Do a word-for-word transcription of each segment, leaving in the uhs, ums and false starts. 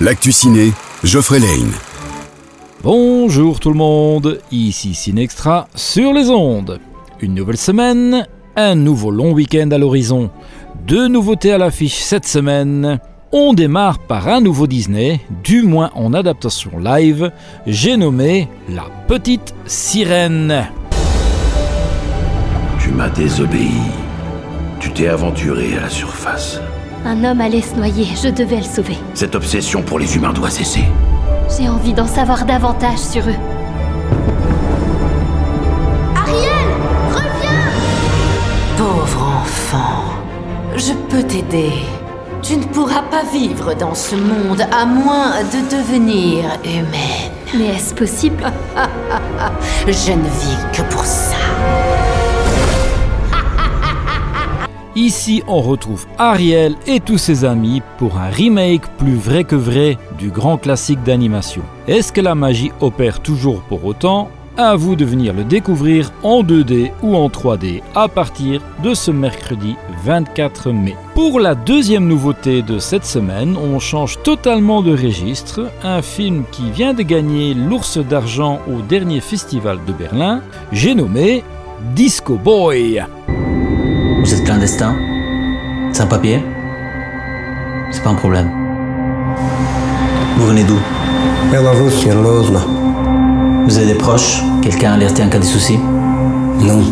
L'actu ciné, Geoffrey Lane. Bonjour tout le monde, ici Cinextra sur les ondes. Une nouvelle semaine, un nouveau long week-end à l'horizon. Deux nouveautés à l'affiche cette semaine. On démarre par un nouveau Disney, du moins en adaptation live. J'ai nommé La Petite Sirène. Tu m'as désobéi. Tu t'es aventuré à la surface. Un homme allait se noyer, je devais le sauver. Cette obsession pour les humains doit cesser. J'ai envie d'en savoir davantage sur eux. Ariel, reviens! Pauvre enfant, je peux t'aider. Tu ne pourras pas vivre dans ce monde à moins de devenir humaine. Mais est-ce possible? Je ne vis que pour ça. Ici, on retrouve Ariel et tous ses amis pour un remake plus vrai que vrai du grand classique d'animation. Est-ce que la magie opère toujours pour autant? À vous de venir le découvrir en deux D ou en trois D à partir de ce mercredi vingt-quatre mai. Pour la deuxième nouveauté de cette semaine, on change totalement de registre. Un film qui vient de gagner l'Ours d'argent au dernier festival de Berlin. J'ai nommé Disco Boy. Vous êtes clandestin? Sans papier? C'est pas un problème. Vous venez d'où? Vous avez des proches? Quelqu'un alerté en cas de soucis? Non.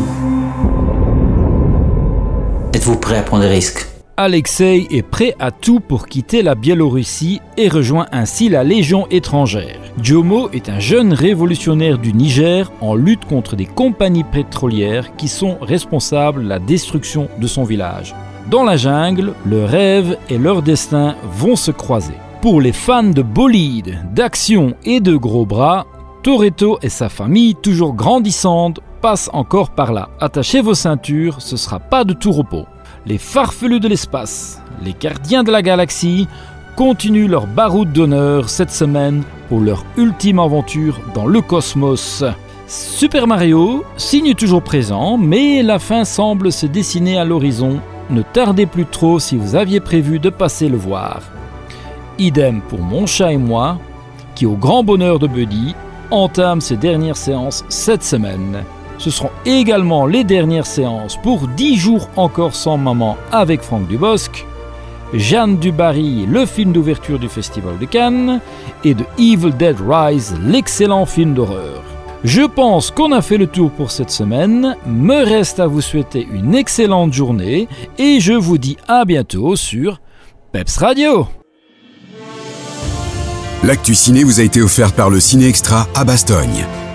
Êtes-vous prêt à prendre des risques? Alexei est prêt à tout pour quitter la Biélorussie et rejoint ainsi la Légion étrangère. Jomo est un jeune révolutionnaire du Niger en lutte contre des compagnies pétrolières qui sont responsables de la destruction de son village. Dans la jungle, le rêve et leur destin vont se croiser. Pour les fans de bolides, d'action et de gros bras, Toretto et sa famille, toujours grandissante, passent encore par là. Attachez vos ceintures, ce sera pas de tout repos. Les farfelus de l'espace, les gardiens de la galaxie, continuent leur baroud d'honneur cette semaine pour leur ultime aventure dans le cosmos. Super Mario signe toujours présent, mais la fin semble se dessiner à l'horizon. Ne tardez plus trop si vous aviez prévu de passer le voir. Idem pour Mon chat et moi, qui au grand bonheur de Buddy, entame ses dernières séances cette semaine. Ce seront également les dernières séances pour dix jours encore sans maman avec Franck Dubosc, Jeanne du Barry, le film d'ouverture du Festival de Cannes, et de Evil Dead Rise, l'excellent film d'horreur. Je pense qu'on a fait le tour pour cette semaine. Me reste à vous souhaiter une excellente journée et je vous dis à bientôt sur Peps Radio. L'actu ciné vous a été offert par le Ciné Extra à Bastogne.